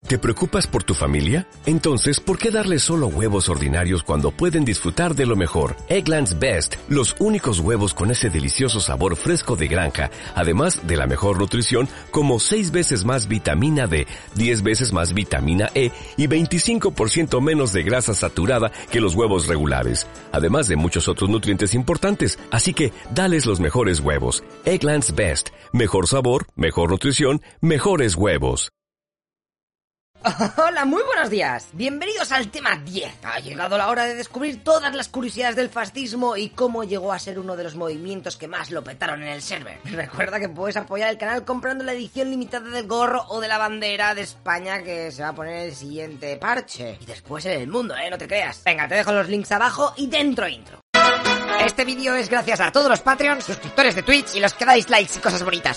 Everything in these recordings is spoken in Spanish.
¿Te preocupas por tu familia? Entonces, ¿por qué darles solo huevos ordinarios cuando pueden disfrutar de lo mejor? Eggland's Best, los únicos huevos con ese delicioso sabor fresco de granja, además de la mejor nutrición, como 6 veces más vitamina D, 10 veces más vitamina E y 25% menos de grasa saturada que los huevos regulares, además de muchos otros nutrientes importantes. Así que, dales los mejores huevos. Eggland's Best, mejor sabor, mejor nutrición, mejores huevos. Hola, muy buenos días. Bienvenidos al tema 10. Ha llegado la hora de descubrir todas las curiosidades del fascismo y cómo llegó a ser uno de los movimientos que más lo petaron en el server. Recuerda que puedes apoyar el canal comprando la edición limitada del gorro o de la bandera de España que se va a poner en el siguiente parche. Y después en el mundo, no te creas. Venga, te dejo los links abajo y dentro intro. Este vídeo es gracias a todos los Patreons, suscriptores de Twitch y los que dais likes y cosas bonitas.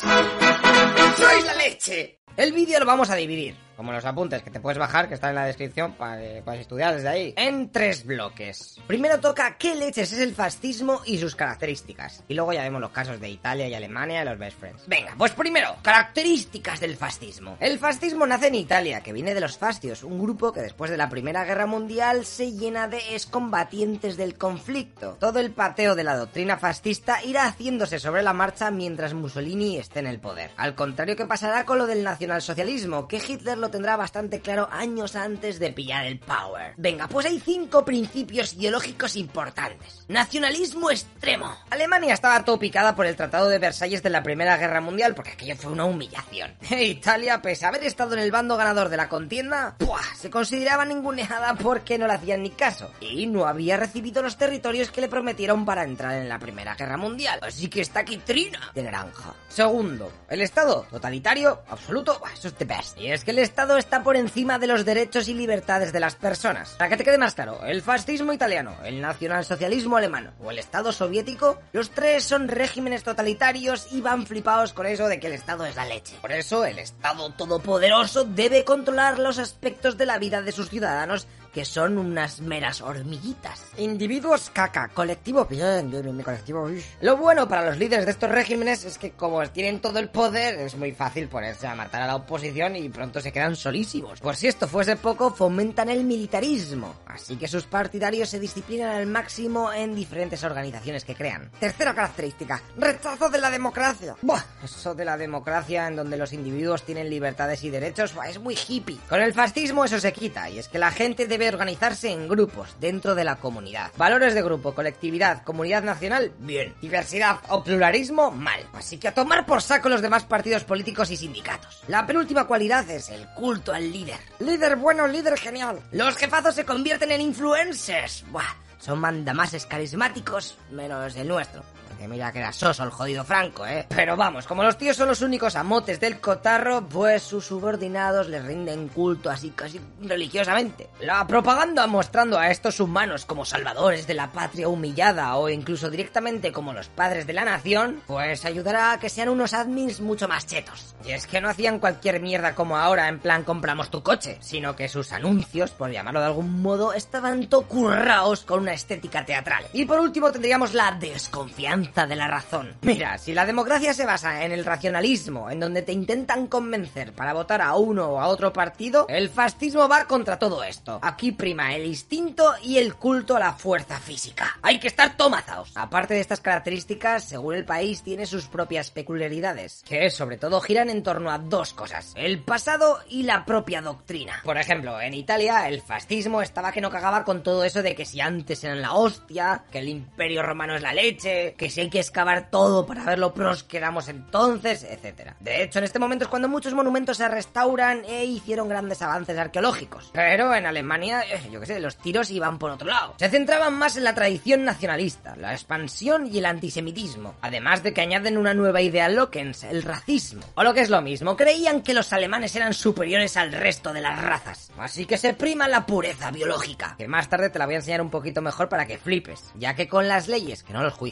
¡Sois la leche! El vídeo lo vamos a dividir, como los apuntes que te puedes bajar, que están en la descripción para que puedas estudiar desde ahí, en 3 bloques. Primero toca qué leches es el fascismo y sus características. Y luego ya vemos los casos de Italia y Alemania y los best friends. Venga, pues primero, características del fascismo. El fascismo nace en Italia, que viene de los fascios, un grupo que después de la Primera Guerra Mundial se llena de excombatientes del conflicto. Todo el pateo de la doctrina fascista irá haciéndose sobre la marcha mientras Mussolini esté en el poder. Al contrario que pasará con lo del nacionalsocialismo, que Hitler lo tendrá bastante claro años antes de pillar el power. Venga, pues hay 5 principios ideológicos importantes. Nacionalismo extremo. Alemania estaba todo picada por el Tratado de Versalles de la Primera Guerra Mundial, porque aquello fue una humillación. Italia, pese a haber estado en el bando ganador de la contienda, se consideraba ninguneada porque no le hacían ni caso, y no había recibido los territorios que le prometieron para entrar en la Primera Guerra Mundial. Así que está aquí trina de naranja. Segundo, el Estado totalitario, absoluto, eso es the best. Y es que el Estado está por encima de los derechos y libertades de las personas. Para que te quede más claro, el fascismo italiano, el nacionalsocialismo alemán o el Estado soviético, los tres son regímenes totalitarios y van flipados con eso de que el Estado es la leche. Por eso, el Estado todopoderoso debe controlar los aspectos de la vida de sus ciudadanos, que son unas meras hormiguitas. Individuos caca, colectivo bien, mi colectivo. Lo bueno para los líderes de estos regímenes es que como tienen todo el poder, es muy fácil ponerse a matar a la oposición y pronto se quedan solísimos. Por si esto fuese poco, fomentan el militarismo, así que sus partidarios se disciplinan al máximo en diferentes organizaciones que crean. Tercera característica, rechazo de la democracia. Eso de la democracia en donde los individuos tienen libertades y derechos, es muy hippie. Con el fascismo eso se quita, y es que la gente debe organizarse en grupos dentro de la comunidad. Valores de grupo, colectividad, comunidad nacional, bien. Diversidad o pluralismo, mal. Así que a tomar por saco los demás partidos políticos y sindicatos. La penúltima cualidad es el culto al líder. Líder bueno, líder genial. Los jefazos se convierten en influencers. Son mandamases carismáticos, menos el nuestro. Porque mira que era soso el jodido Franco, Pero vamos, como los tíos son los únicos amotes del cotarro, pues sus subordinados les rinden culto así casi religiosamente. La propaganda mostrando a estos humanos como salvadores de la patria humillada o incluso directamente como los padres de la nación, pues ayudará a que sean unos admins mucho más chetos. Y es que no hacían cualquier mierda como ahora en plan compramos tu coche, sino que sus anuncios, por llamarlo de algún modo, estaban tocurraos con una estética teatral. Y por último tendríamos la desconfianza de la razón. Mira, si la democracia se basa en el racionalismo, en donde te intentan convencer para votar a uno o a otro partido, el fascismo va contra todo esto. Aquí prima el instinto y el culto a la fuerza física. Hay que estar tomazaos. Aparte de estas características, según el país tiene sus propias peculiaridades, que sobre todo giran en torno a 2 cosas: el pasado y la propia doctrina. Por ejemplo, en Italia el fascismo estaba que no cagaba con todo eso de que si antes eran la hostia, que el imperio romano es la leche, que si hay que excavar todo para ver lo pros que éramos entonces, etc. De hecho, en este momento es cuando muchos monumentos se restauran e hicieron grandes avances arqueológicos. Pero en Alemania, los tiros iban por otro lado. Se centraban más en la tradición nacionalista, la expansión y el antisemitismo. Además de que añaden una nueva idea Lokens, el racismo. O lo que es lo mismo, creían que los alemanes eran superiores al resto de las razas. Así que se prima la pureza biológica, que más tarde te la voy a enseñar un poquito mejor para que flipes, ya que con las leyes, que no los juicios, de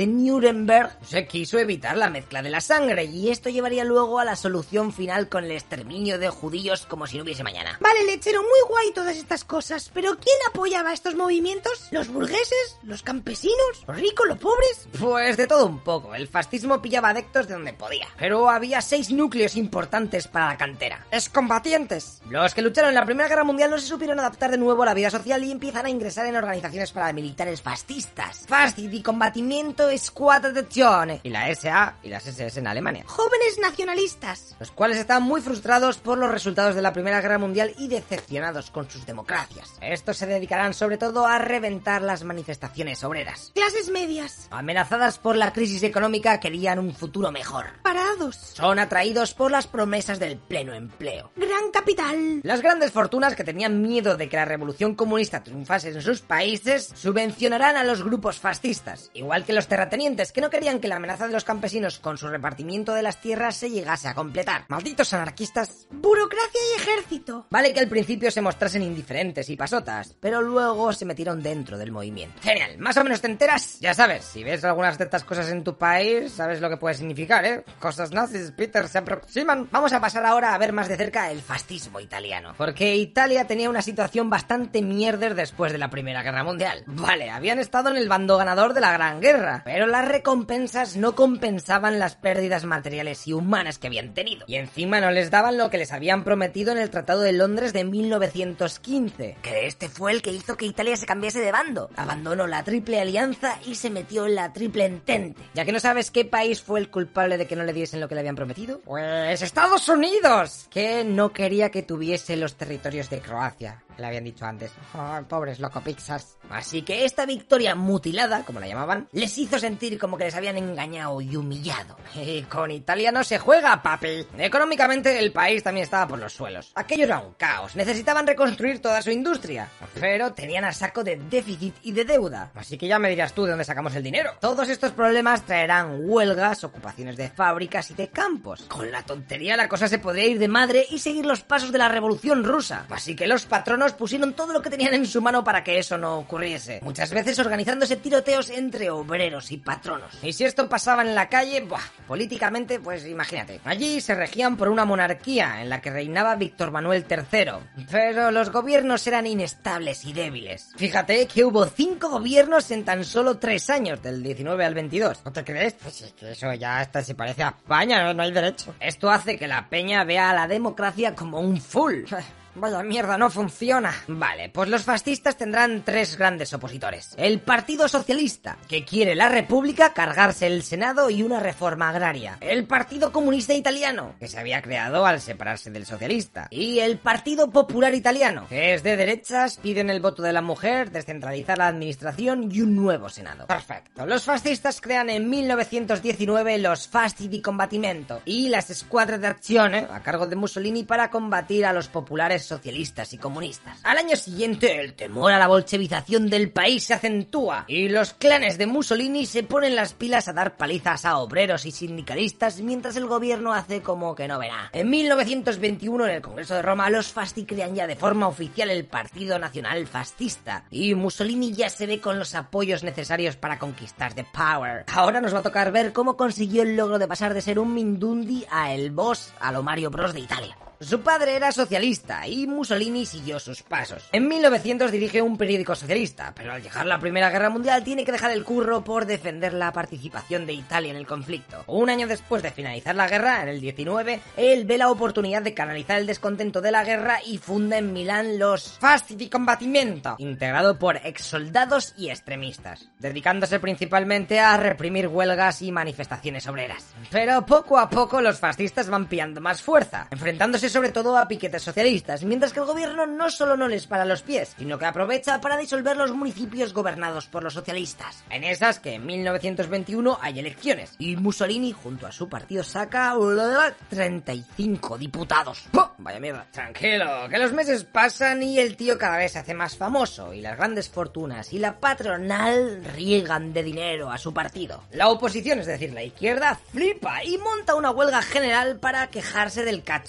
Nuremberg se quiso evitar la mezcla de la sangre y esto llevaría luego a la solución final con el exterminio de judíos como si no hubiese mañana. Vale, lechero, muy guay todas estas cosas, pero ¿quién apoyaba estos movimientos? ¿Los burgueses? ¿Los campesinos? ¿Los ricos? ¿Los pobres? Pues de todo un poco, el fascismo pillaba adeptos de donde podía, pero había 6 núcleos importantes para la cantera. Excombatientes. Los que lucharon en la Primera Guerra Mundial no se supieron adaptar de nuevo a la vida social y empiezan a ingresar en organizaciones paramilitares fascistas. Fascist y Combatimiento Squad d'Azione, y la SA y las SS en Alemania. Jóvenes nacionalistas. Los cuales estaban muy frustrados por los resultados de la Primera Guerra Mundial y decepcionados con sus democracias. Estos se dedicarán sobre todo a reventar las manifestaciones obreras. Clases medias. Amenazadas por la crisis económica, querían un futuro mejor. Parados. Son atraídos por las promesas del pleno empleo. Gran capital. Las grandes fortunas, que tenían miedo de que la revolución comunista triunfase en sus países, subvencionarán a los grupos fascistas, igual que los terratenientes, que no querían que la amenaza de los campesinos con su repartimiento de las tierras se llegase a completar. ¡Malditos anarquistas! Burocracia y ejército. Vale que al principio se mostrasen indiferentes y pasotas, pero luego se metieron dentro del movimiento. Genial, más o menos te enteras. Ya sabes, si ves algunas de estas cosas en tu país, sabes lo que puede significar, ¿eh? Cosas nazis, Peter, se aproximan. Vamos a pasar ahora a ver más de cerca el fascismo italiano, porque Italia tenía una situación bastante mierder después de la Primera Guerra Mundial. Vale, habían estado en el bando ganador de la Gran Guerra, pero las recompensas no compensaban las pérdidas materiales y humanas que habían tenido, y encima no les daban lo que les habían prometido en el Tratado de Londres de 1915, que este fue el que hizo que Italia se cambiase de bando, abandonó la Triple Alianza y se metió en la Triple Entente. Ya que no sabes qué país fue el culpable de que no le diesen lo que le habían prometido, pues Estados Unidos, que no quería que tuviese los territorios de Croacia. Le habían dicho antes. Oh, pobres locopixas. Así que esta victoria mutilada, como la llamaban, les hizo sentir como que les habían engañado y humillado. Y con Italia no se juega, papi. Económicamente el país también estaba por los suelos. Aquello era un caos. Necesitaban reconstruir toda su industria, pero tenían a saco de déficit y de deuda. Así que ya me dirás tú de dónde sacamos el dinero. Todos estos problemas traerán huelgas, ocupaciones de fábricas y de campos. Con la tontería la cosa se podría ir de madre y seguir los pasos de la Revolución Rusa. Así que los patronos pusieron todo lo que tenían en su mano para que eso no ocurriese, muchas veces organizándose tiroteos entre obreros y patronos. Y si esto pasaba en la calle, políticamente, pues imagínate. Allí se regían por una monarquía en la que reinaba Víctor Manuel III, pero los gobiernos eran inestables y débiles. Fíjate que hubo 5 gobiernos en tan solo 3 años, del 19 al 22. ¿No te crees? Pues es que eso ya hasta se parece a España, no hay derecho. Esto hace que la peña vea a la democracia como un full. Vaya mierda, no funciona. Vale, pues los fascistas tendrán 3 grandes opositores. El Partido Socialista, que quiere la República, cargarse el Senado y una reforma agraria. El Partido Comunista Italiano, que se había creado al separarse del socialista. Y el Partido Popular Italiano, que es de derechas, piden el voto de la mujer, descentralizar la administración y un nuevo Senado. Perfecto. Los fascistas crean en 1919 los Fasti di Combattimento y las Squadre d'Azione, a cargo de Mussolini, para combatir a los populares socialistas y comunistas. Al año siguiente, el temor a la bolchevización del país se acentúa y los clanes de Mussolini se ponen las pilas a dar palizas a obreros y sindicalistas mientras el gobierno hace como que no verá. En 1921, en el Congreso de Roma, los Fasti crean ya de forma oficial el Partido Nacional Fascista y Mussolini ya se ve con los apoyos necesarios para conquistar the power. Ahora nos va a tocar ver cómo consiguió el logro de pasar de ser un Mindundi a el boss, a lo Mario Bros de Italia. Su padre era socialista y Mussolini siguió sus pasos. En 1900 dirige un periódico socialista, pero al llegar la Primera Guerra Mundial tiene que dejar el curro por defender la participación de Italia en el conflicto. Un año después de finalizar la guerra, en el 19, él ve la oportunidad de canalizar el descontento de la guerra y funda en Milán los Fasti di Combattimento, integrado por exsoldados y extremistas, dedicándose principalmente a reprimir huelgas y manifestaciones obreras. Pero poco a poco los fascistas van pillando más fuerza, enfrentándose sobre todo a piquetes socialistas, mientras que el gobierno no solo no les para los pies, sino que aprovecha para disolver los municipios gobernados por los socialistas. En esas que en 1921 hay elecciones, y Mussolini junto a su partido saca 35 diputados. ¡Oh! Vaya mierda. Tranquilo, que los meses pasan y el tío cada vez se hace más famoso, y las grandes fortunas y la patronal riegan de dinero a su partido. La oposición, es decir, la izquierda, flipa y monta una huelga general para quejarse del cachondeo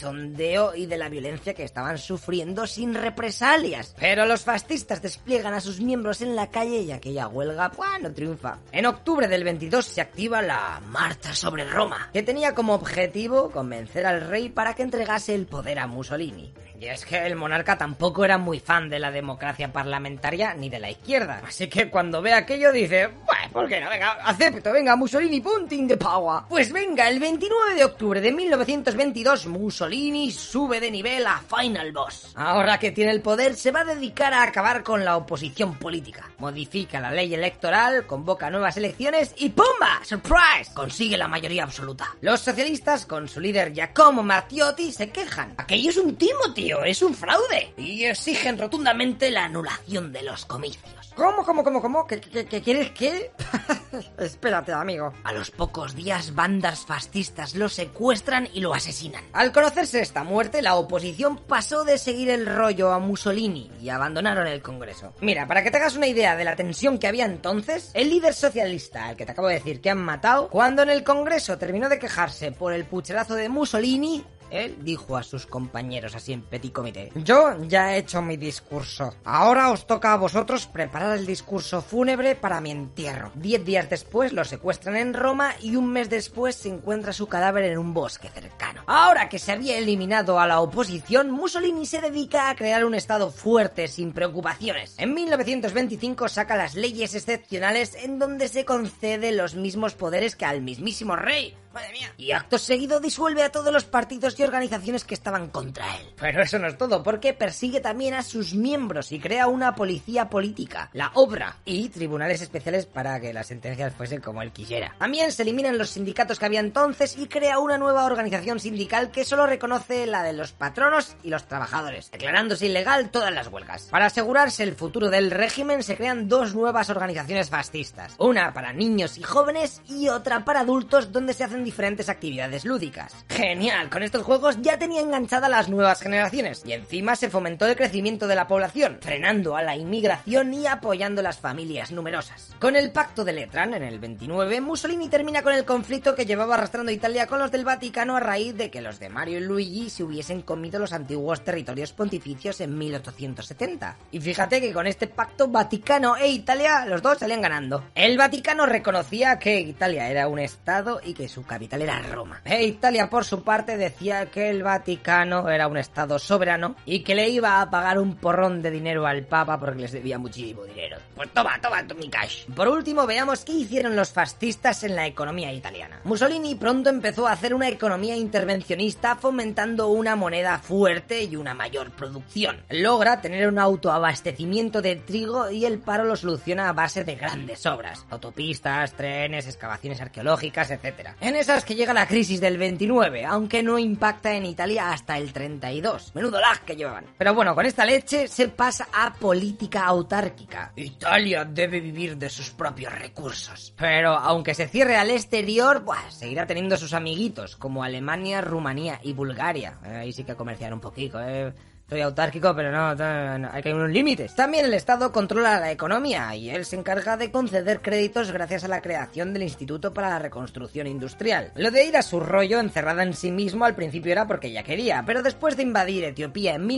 bombardeo y de la violencia que estaban sufriendo sin represalias. Pero los fascistas despliegan a sus miembros en la calle y aquella huelga no triunfa. En octubre del 22 se activa la Marcha sobre Roma, que tenía como objetivo convencer al rey para que entregase el poder a Mussolini. Y es que el monarca tampoco era muy fan de la democracia parlamentaria ni de la izquierda. Así que cuando ve aquello dice, bueno, ¿por qué no? Venga, acepto, venga, Mussolini, punting de power. Pues venga, el 29 de octubre de 1922, Mussolini sube de nivel a Final Boss. Ahora que tiene el poder, se va a dedicar a acabar con la oposición política. Modifica la ley electoral, convoca nuevas elecciones y ¡pumba! ¡Surprise! Consigue la mayoría absoluta. Los socialistas, con su líder Giacomo Matteotti, se quejan. Aquello es un timo, tío. Es un fraude. Y exigen rotundamente la anulación de los comicios. ¿Cómo? ¿Qué quieres qué? Espérate, amigo. A los pocos días, bandas fascistas lo secuestran y lo asesinan. Al conocerse esta muerte, la oposición pasó de seguir el rollo a Mussolini y abandonaron el Congreso. Mira, para que te hagas una idea de la tensión que había entonces, el líder socialista, al que te acabo de decir que han matado, cuando en el Congreso terminó de quejarse por el pucherazo de Mussolini, él dijo a sus compañeros así en petit comité: yo ya he hecho mi discurso. Ahora os toca a vosotros preparar el discurso fúnebre para mi entierro. 10 días después lo secuestran en Roma y un mes después se encuentra su cadáver en un bosque cercano. Ahora que se había eliminado a la oposición, Mussolini se dedica a crear un estado fuerte sin preocupaciones. En 1925 saca las leyes excepcionales en donde se concede los mismos poderes que al mismísimo rey. ¡Madre mía! Y acto seguido disuelve a todos los partidos y organizaciones que estaban contra él. Pero eso no es todo, porque persigue también a sus miembros y crea una policía política, la Obra, y tribunales especiales para que las sentencias fuesen como él quisiera. También se eliminan los sindicatos que había entonces y crea una nueva organización sindical que solo reconoce la de los patronos y los trabajadores, declarándose ilegal todas las huelgas. Para asegurarse el futuro del régimen se crean 2 nuevas organizaciones fascistas, una para niños y jóvenes y otra para adultos, donde se hacen diferentes actividades lúdicas. Genial, con estos juegos ya tenía enganchada a las nuevas generaciones y encima se fomentó el crecimiento de la población, frenando a la inmigración y apoyando las familias numerosas. Con el Pacto de Letrán en el 29, Mussolini termina con el conflicto que llevaba arrastrando Italia con los del Vaticano a raíz de que los de Mario y Luigi se hubiesen comido los antiguos territorios pontificios en 1870. Y fíjate que con este pacto Vaticano e Italia los dos salían ganando. El Vaticano reconocía que Italia era un estado y que su capital era Roma. E Italia, por su parte, decía que el Vaticano era un estado soberano y que le iba a pagar un porrón de dinero al Papa porque les debía muchísimo dinero. Pues toma mi cash. Por último, veamos qué hicieron los fascistas en la economía italiana. Mussolini pronto empezó a hacer una economía intervencionista, fomentando una moneda fuerte y una mayor producción. Logra tener un autoabastecimiento de trigo y el paro lo soluciona a base de grandes obras: autopistas, trenes, excavaciones arqueológicas, etc. En esas que llega la crisis del 29, aunque no impacta en Italia hasta el 32. Menudo lag que llevaban. Pero bueno, con esta leche se pasa a política autárquica. Italia debe vivir de sus propios recursos. Pero aunque se cierre al exterior, seguirá teniendo sus amiguitos, como Alemania, Rumanía y Bulgaria. Ahí sí que comerciar un poquito, Soy autárquico, pero no, hay que ir unos límites. También el Estado controla la economía y él se encarga de conceder créditos gracias a la creación del Instituto para la Reconstrucción Industrial. Lo de ir a su rollo encerrada en sí mismo al principio era porque ya quería, pero después de invadir Etiopía en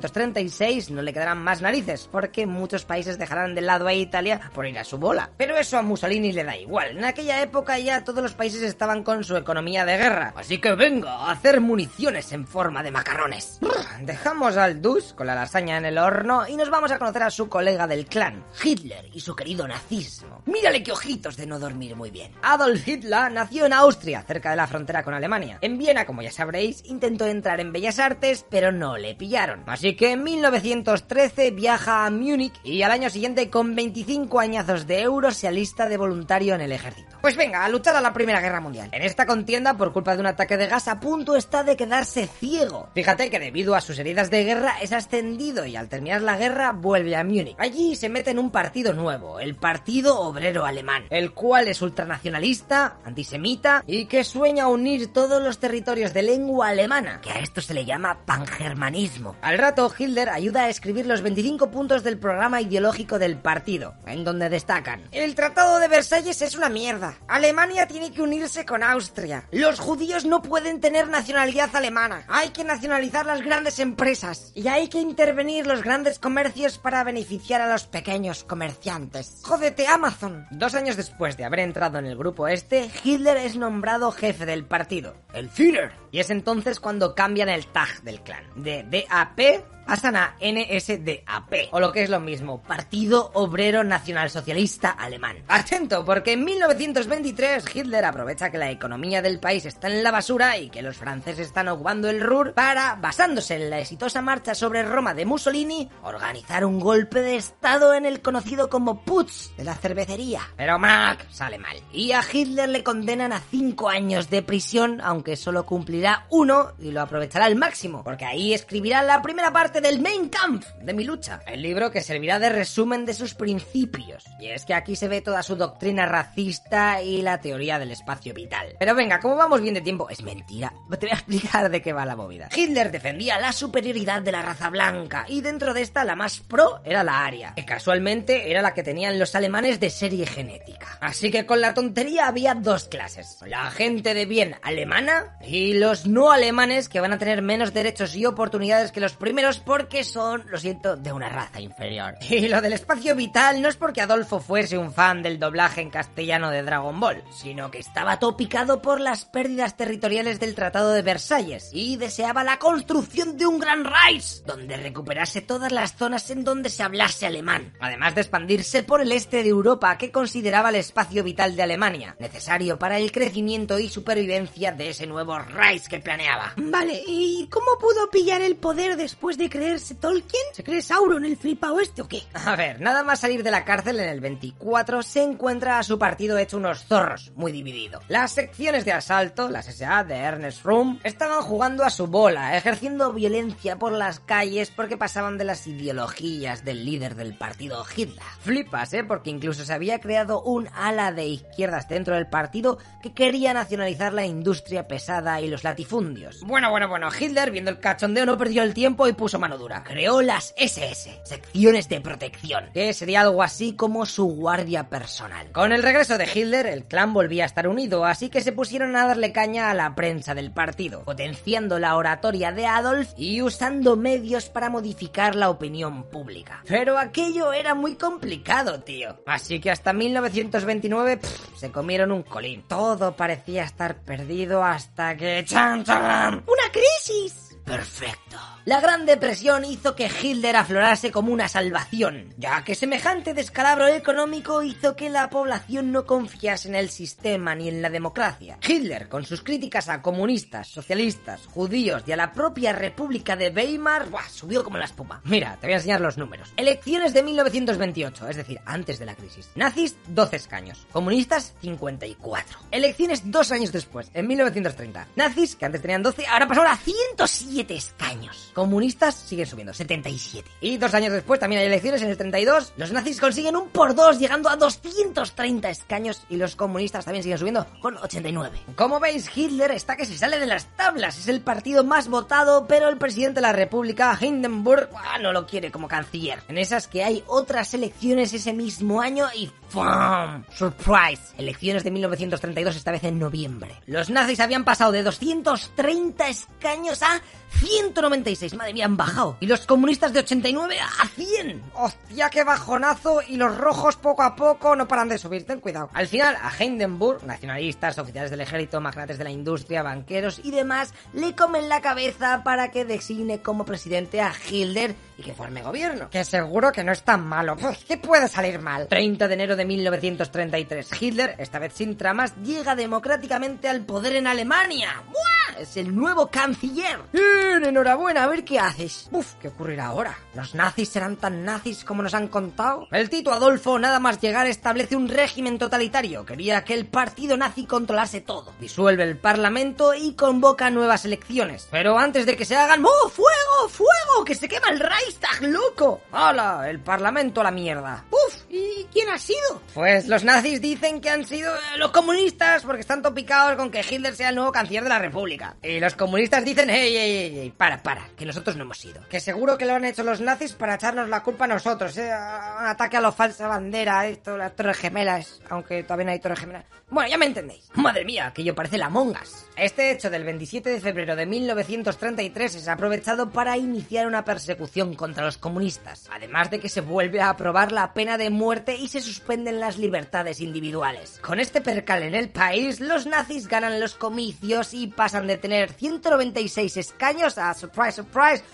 1936 no le quedarán más narices, porque muchos países dejarán de lado a Italia por ir a su bola. Pero eso a Mussolini le da igual. En aquella época ya todos los países estaban con su economía de guerra, así que venga a hacer municiones en forma de macarrones. Dejamos al Dus con la lasaña en el horno y nos vamos a conocer a su colega del clan, Hitler, y su querido nazismo. Mírale qué ojitos de no dormir muy bien. Adolf Hitler nació en Austria, cerca de la frontera con Alemania. En Viena, como ya sabréis, intentó entrar en Bellas Artes, pero no le pillaron. Así que en 1913 viaja a Múnich y al año siguiente, con 25 añazos de euros, se alista de voluntario en el ejército. Pues venga, a luchar a la Primera Guerra Mundial. En esta contienda, por culpa de un ataque de gas, a punto está de quedarse ciego. Fíjate que debido a sus heridas de guerra guerra es ascendido y al terminar la guerra vuelve a Múnich. Allí se mete en un partido nuevo, el Partido Obrero Alemán, el cual es ultranacionalista, antisemita y que sueña unir todos los territorios de lengua alemana, que a esto se le llama pangermanismo. Al rato, Hitler ayuda a escribir los 25 puntos del programa ideológico del partido, en donde destacan: el Tratado de Versalles es una mierda. Alemania tiene que unirse con Austria. Los judíos no pueden tener nacionalidad alemana. Hay que nacionalizar las grandes empresas. Y hay que intervenir los grandes comercios para beneficiar a los pequeños comerciantes. ¡Jódete, Amazon! 2 años después de haber entrado en el grupo este, Hitler es nombrado jefe del partido, el Führer. Y es entonces cuando cambian el tag del clan, de DAP pasan a NSDAP, o lo que es lo mismo, Partido Obrero Nacionalsocialista Alemán. Atento, porque en 1923 Hitler aprovecha que la economía del país está en la basura y que los franceses están ocupando el Ruhr para, basándose en la exitosa marcha sobre Roma de Mussolini, organizar un golpe de estado en el conocido como Putsch de la cervecería. Pero Mac sale mal, y a Hitler le condenan a 5 años de prisión, aunque solo cumplirá 1 y lo aprovechará al máximo, porque ahí escribirá la primera parte del Mein Kampf, de mi lucha, el libro que servirá de resumen de sus principios. Y es que aquí se ve toda su doctrina racista y la teoría del espacio vital. Pero venga, como vamos bien de tiempo, es mentira. Te voy a explicar de qué va la movida. Hitler defendía la superioridad de la raza blanca y dentro de esta la más pro era la aria, que casualmente era la que tenían los alemanes de serie genética. Así que con la tontería había 2 clases: la gente de bien alemana y los no alemanes, que van a tener menos derechos y oportunidades que los primeros porque son, lo siento, de una raza inferior. Y lo del espacio vital no es porque Adolfo fuese un fan del doblaje en castellano de Dragon Ball, sino que estaba todo picado por las pérdidas territoriales del Tratado de Versalles y deseaba la construcción de un gran Reich, donde recuperase todas las zonas en donde se hablase alemán, además de expandirse por el este de Europa, que consideraba el espacio vital de Alemania, necesario para el crecimiento y supervivencia de ese nuevo Reich que planeaba. Vale, ¿y cómo pudo pillar el poder después de creerse Tolkien? ¿Se cree Sauron el flipao este o qué? A ver, nada más salir de la cárcel en el 24 se encuentra a su partido hecho unos zorros, muy dividido. Las secciones de asalto, las SA de Ernest Röhm, estaban jugando a su bola, ejerciendo violencia por las calles porque pasaban de las ideologías del líder del partido, Hitler. Flipas, porque incluso se había creado un ala de izquierdas dentro del partido que quería nacionalizar la industria pesada y los latifundios. Bueno, Hitler, viendo el cachondeo, no perdió el tiempo y puso mano dura. Creó las SS, secciones de protección, que sería algo así como su guardia personal. Con el regreso de Hitler, el clan volvía a estar unido, así que se pusieron a darle caña a la prensa del partido, potenciando la oratoria de Adolf y usando medios para modificar la opinión pública. Pero aquello era muy complicado, tío. Así que hasta 1929 se comieron un colín. Todo parecía estar perdido hasta que... ¡Chan, chan! ¡Una crisis! Perfecto. La Gran Depresión hizo que Hitler aflorase como una salvación, ya que semejante descalabro económico hizo que la población no confiase en el sistema ni en la democracia. Hitler, con sus críticas a comunistas, socialistas, judíos y a la propia República de Weimar, subió como la espuma. Mira, te voy a enseñar los números. Elecciones de 1928, es decir, antes de la crisis. Nazis, 12 escaños. Comunistas, 54. Elecciones 2 años después, en 1930. Nazis, que antes tenían 12, ahora pasaron a 107 escaños. Comunistas siguen subiendo, 77. Y 2 años después también hay elecciones en el 32. Los nazis consiguen un por 2, llegando a 230 escaños, y los comunistas también siguen subiendo con 89. Como veis, Hitler está que se sale de las tablas. Es el partido más votado, pero el presidente de la República, Hindenburg, no lo quiere como canciller. En esas que hay otras elecciones ese mismo año y ¡pum! ¡Surprise! Elecciones de 1932, esta vez en noviembre. Los nazis habían pasado de 230 escaños a 196, madre mía, han bajado. Y los comunistas de 89 a 100. ¡Hostia, qué bajonazo! Y los rojos poco a poco no paran de subir, ten cuidado. Al final, a Hindenburg, nacionalistas, oficiales del ejército, magnates de la industria, banqueros y demás, le comen la cabeza para que designe como presidente a Hitler y que forme gobierno. Que seguro que no es tan malo. ¿Qué puede salir mal? 30 de enero de 1933. Hitler, esta vez sin tramas, llega democráticamente al poder en Alemania. ¡Buah! es el nuevo canciller. Enhorabuena, a ver qué haces. Uf, ¿qué ocurrirá ahora? ¿Los nazis serán tan nazis como nos han contado? El Tito Adolfo, nada más llegar, establece un régimen totalitario. Quería que el partido nazi controlase todo. Disuelve el parlamento y convoca nuevas elecciones. Pero antes de que se hagan... ¡Oh, fuego, fuego! ¡Que se quema el Reichstag, loco! ¡Hala! El parlamento a la mierda. Uf, ¿y quién ha sido? Pues los nazis dicen que han sido los comunistas porque están topicados con que Hitler sea el nuevo canciller de la República. Y los comunistas dicen, ey, para, que nosotros no hemos sido. Que seguro que lo han hecho los nazis para echarnos la culpa a nosotros, Un ataque a la falsa bandera, esto, las Torres Gemelas, aunque todavía no hay Torres Gemelas. Bueno, ya me entendéis. Madre mía, que yo parece la Among Us. Este hecho del 27 de febrero de 1933 es aprovechado para iniciar una persecución contra los comunistas, además de que se vuelve a aprobar la pena de muerte y se suspenden las libertades individuales. Con este percal en el país, los nazis ganan los comicios y pasan de tener 196 escaños a, surprise, surprise,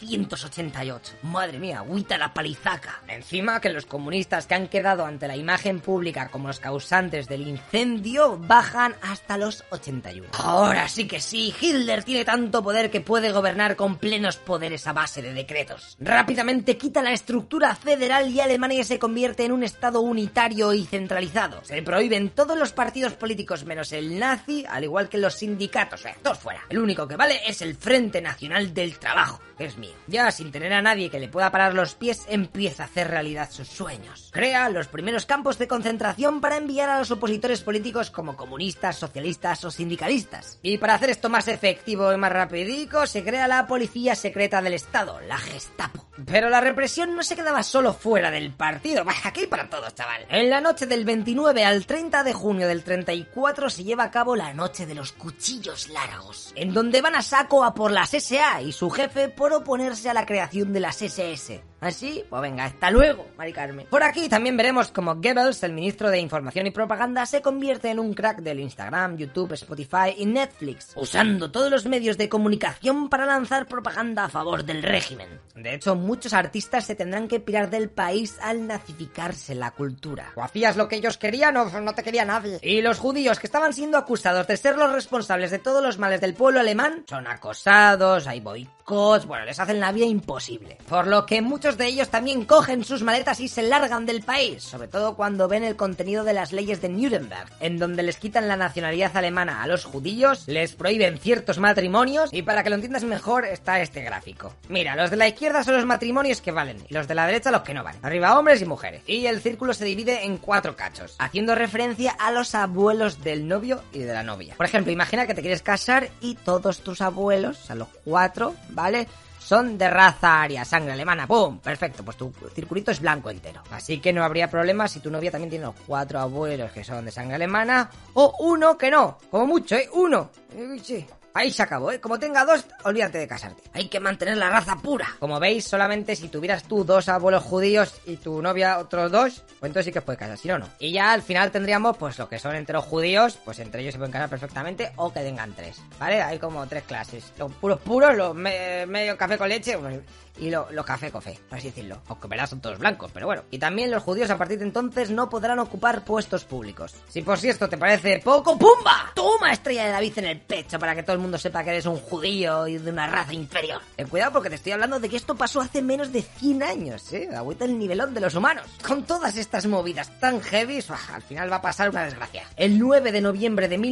288. Madre mía, agüita la palizaca. Encima que los comunistas que han quedado ante la imagen pública como los causantes del incendio bajan hasta los 81. Ahora sí que sí, Hitler tiene tanto poder que puede gobernar con plenos poderes a base de decretos. Rápidamente quita la estructura federal y Alemania se convierte en un estado unitario y centralizado. Se prohíben todos los partidos políticos menos el nazi, al igual que los sindicatos. Todos fuera. El único que vale es el Frente Nacional del Trabajo, que es mío. Ya sin tener a nadie que le pueda parar los pies, empieza a hacer realidad sus sueños. Crea los primeros campos de concentración para enviar a los opositores políticos como comunistas, socialistas o sindicalistas. Y para hacer esto más efectivo y más rapidico, se crea la policía secreta del Estado, la Gestapo. Pero la represión no se quedaba solo fuera del partido. Aquí para todos, chaval. En la noche del 29 al 30 de junio del 34 se lleva a cabo la Noche de los Cuchillos Largos, en donde van a saco a por las SA y su jefe por oponerse a la creación de las SS. ¿Así? Pues venga, hasta luego, Mari Carmen. Por aquí también veremos cómo Goebbels, el ministro de Información y Propaganda, se convierte en un crack del Instagram, YouTube, Spotify y Netflix, usando todos los medios de comunicación para lanzar propaganda a favor del régimen. De hecho, muchos artistas se tendrán que pirar del país al nazificarse la cultura. O hacías lo que ellos querían o no te quería nadie. Y los judíos, que estaban siendo acusados de ser los responsables de todos los males del pueblo alemán, son acosados, hay boicots, bueno, les hacen la vida imposible. Por lo que muchos de ellos también cogen sus maletas y se largan del país, sobre todo cuando ven el contenido de las leyes de Nuremberg, en donde les quitan la nacionalidad alemana a los judíos, les prohíben ciertos matrimonios, y para que lo entiendas mejor está este gráfico. Mira, los de la izquierda son los matrimonios que valen, y los de la derecha los que no valen. Arriba hombres y mujeres. Y el círculo se divide en 4 cachos, haciendo referencia a los abuelos del novio y de la novia. Por ejemplo, imagina que te quieres casar y todos tus abuelos, o sea, los 4, ¿vale?, son de raza aria, sangre alemana. ¡Pum! Perfecto, pues tu circulito es blanco entero. Así que no habría problema si tu novia también tiene los 4 abuelos que son de sangre alemana, o uno que no, como mucho, uno. Sí. Ahí se acabó, Como tenga 2, olvídate de casarte. Hay que mantener la raza pura. Como veis, solamente si tuvieras tú 2 abuelos judíos y tu novia otros 2, pues entonces sí que os puedes casar, si no, no. Y ya al final tendríamos, pues lo que son entre los judíos, pues entre ellos se pueden casar perfectamente, o que tengan 3, ¿vale? Hay como 3 clases. Los puros, los medio café con leche, pues, y los café café, por así decirlo. Aunque verás son todos blancos, pero bueno. Y también los judíos a partir de entonces no podrán ocupar puestos públicos. Si por si esto te parece poco, ¡pumba! Toma estrella de David en el pecho para que todo el mundo sepa que eres un judío y de una raza inferior. Cuidado porque te estoy hablando de que esto pasó hace menos de 100 años, Agüita el nivelón de los humanos. Con todas estas movidas tan heavy, al final va a pasar una desgracia. El 9 de noviembre de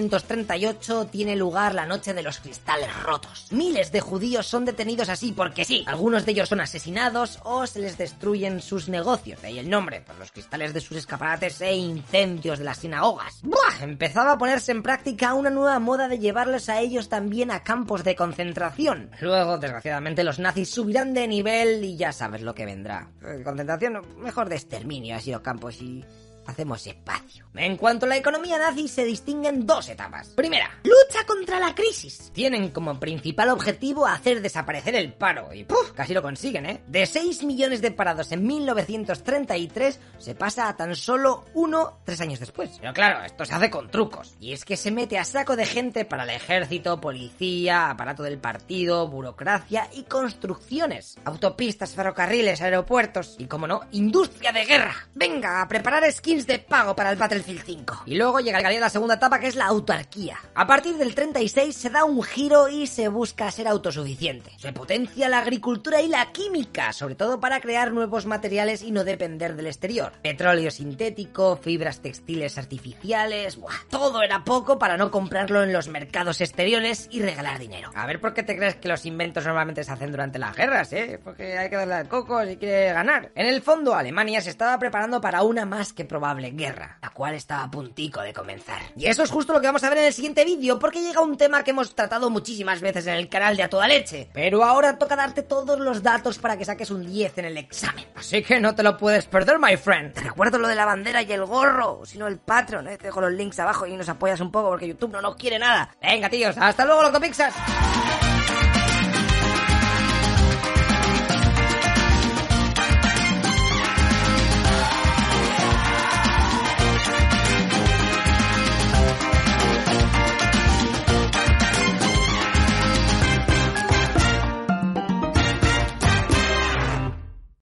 1938 tiene lugar la Noche de los Cristales Rotos. Miles de judíos son detenidos así porque sí. Algunos de ellos son asesinados o se les destruyen sus negocios, de ahí el nombre, por los cristales de sus escaparates e incendios de las sinagogas. ¡Buah! Empezaba a ponerse en práctica una nueva moda de llevarlos a ellos también a campos de concentración. Luego, desgraciadamente, los nazis subirán de nivel y ya sabes lo que vendrá. Concentración, mejor de exterminio, así los campos y... hacemos espacio. En cuanto a la economía nazi, se distinguen 2 etapas. Primera, lucha contra la crisis. Tienen como principal objetivo hacer desaparecer el paro. Y ¡puf! Casi lo consiguen, De 6 millones de parados en 1933, se pasa a tan solo 3 años después. Pero claro, esto se hace con trucos. Y es que se mete a saco de gente para el ejército, policía, aparato del partido, burocracia y construcciones. Autopistas, ferrocarriles, aeropuertos y, como no, industria de guerra. Venga, a preparar esquí skins de pago para el Battlefield 5. Y luego llegaría la segunda etapa, que es la autarquía. A partir del 36 se da un giro y se busca ser autosuficiente. Se potencia la agricultura y la química, sobre todo para crear nuevos materiales y no depender del exterior. Petróleo sintético, fibras textiles artificiales... todo era poco para no comprarlo en los mercados exteriores y regalar dinero. A ver por qué te crees que los inventos normalmente se hacen durante las guerras, porque hay que darle al coco si quiere ganar. En el fondo, Alemania se estaba preparando para una más que probable guerra, la cual estaba a puntico de comenzar. Y eso es justo lo que vamos a ver en el siguiente vídeo, porque llega un tema que hemos tratado muchísimas veces en el canal de A Toda Leche. Pero ahora toca darte todos los datos para que saques un 10 en el examen. Así que no te lo puedes perder, my friend. Te recuerdo lo de la bandera y el gorro, o si no el Patreon, te dejo los links abajo y nos apoyas un poco porque YouTube no nos quiere nada. Venga, tíos, hasta luego, Locopixas.